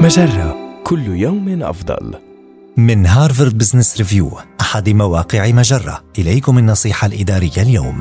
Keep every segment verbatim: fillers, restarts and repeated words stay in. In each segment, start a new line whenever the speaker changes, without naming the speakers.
مجرة، كل يوم أفضل.
من هارفارد بزنس ريفيو، أحد مواقع مجرة، إليكم النصيحة الإدارية اليوم.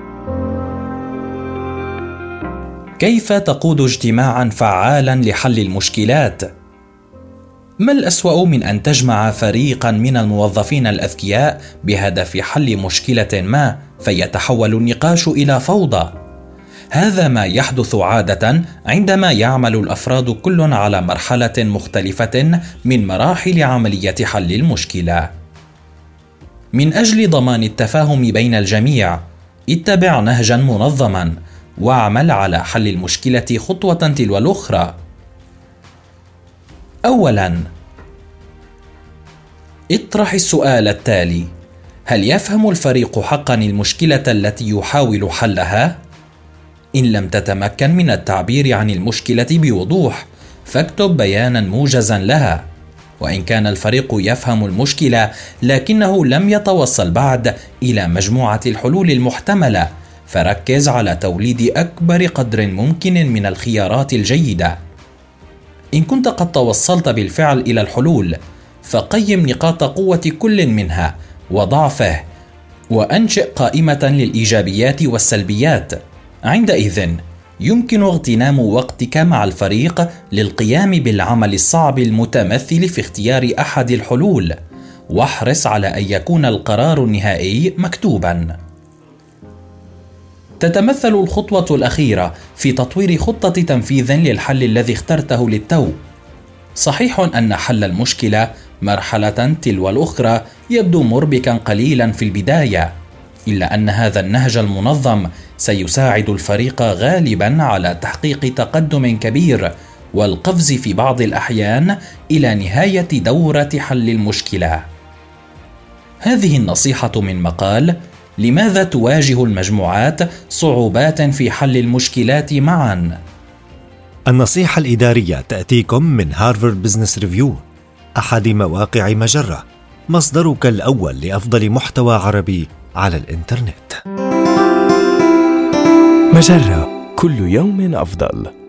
كيف تقود اجتماعاً فعالاً لحل المشكلات؟ ما الأسوأ من أن تجمع فريقاً من الموظفين الأذكياء بهدف حل مشكلة ما فيتحول النقاش إلى فوضى؟ هذا ما يحدث عادة عندما يعمل الأفراد كل على مرحلة مختلفة من مراحل عملية حل المشكلة. من أجل ضمان التفاهم بين الجميع، اتبع نهجا منظما واعمل على حل المشكلة خطوة تلو الأخرى. أولا، اطرح السؤال التالي: هل يفهم الفريق حقا المشكلة التي يحاول حلها؟ إن لم تتمكن من التعبير عن المشكلة بوضوح، فاكتب بيانا موجزا لها. وإن كان الفريق يفهم المشكلة لكنه لم يتوصل بعد إلى مجموعة الحلول المحتملة، فركز على توليد أكبر قدر ممكن من الخيارات الجيدة. إن كنت قد توصلت بالفعل إلى الحلول، فقيم نقاط قوة كل منها وضعفه، وأنشئ قائمة للإيجابيات والسلبيات. عندئذ يمكن اغتنام وقتك مع الفريق للقيام بالعمل الصعب المتمثل في اختيار أحد الحلول، واحرص على أن يكون القرار النهائي مكتوبا. تتمثل الخطوة الأخيرة في تطوير خطة تنفيذ للحل الذي اخترته للتو. صحيح أن حل المشكلة مرحلة تلو الأخرى يبدو مربكا قليلا في البداية، إلا أن هذا النهج المنظم سيساعد الفريق غالبا على تحقيق تقدم كبير والقفز في بعض الأحيان إلى نهاية دورة حل المشكلة. هذه النصيحة من مقال لماذا تواجه المجموعات صعوبات في حل المشكلات معا.
النصيحة الإدارية تأتيكم من هارفارد بزنس ريفيو، أحد مواقع مجرة، مصدرك الأول لأفضل محتوى عربي على الإنترنت.
مجرة، كل يوم أفضل.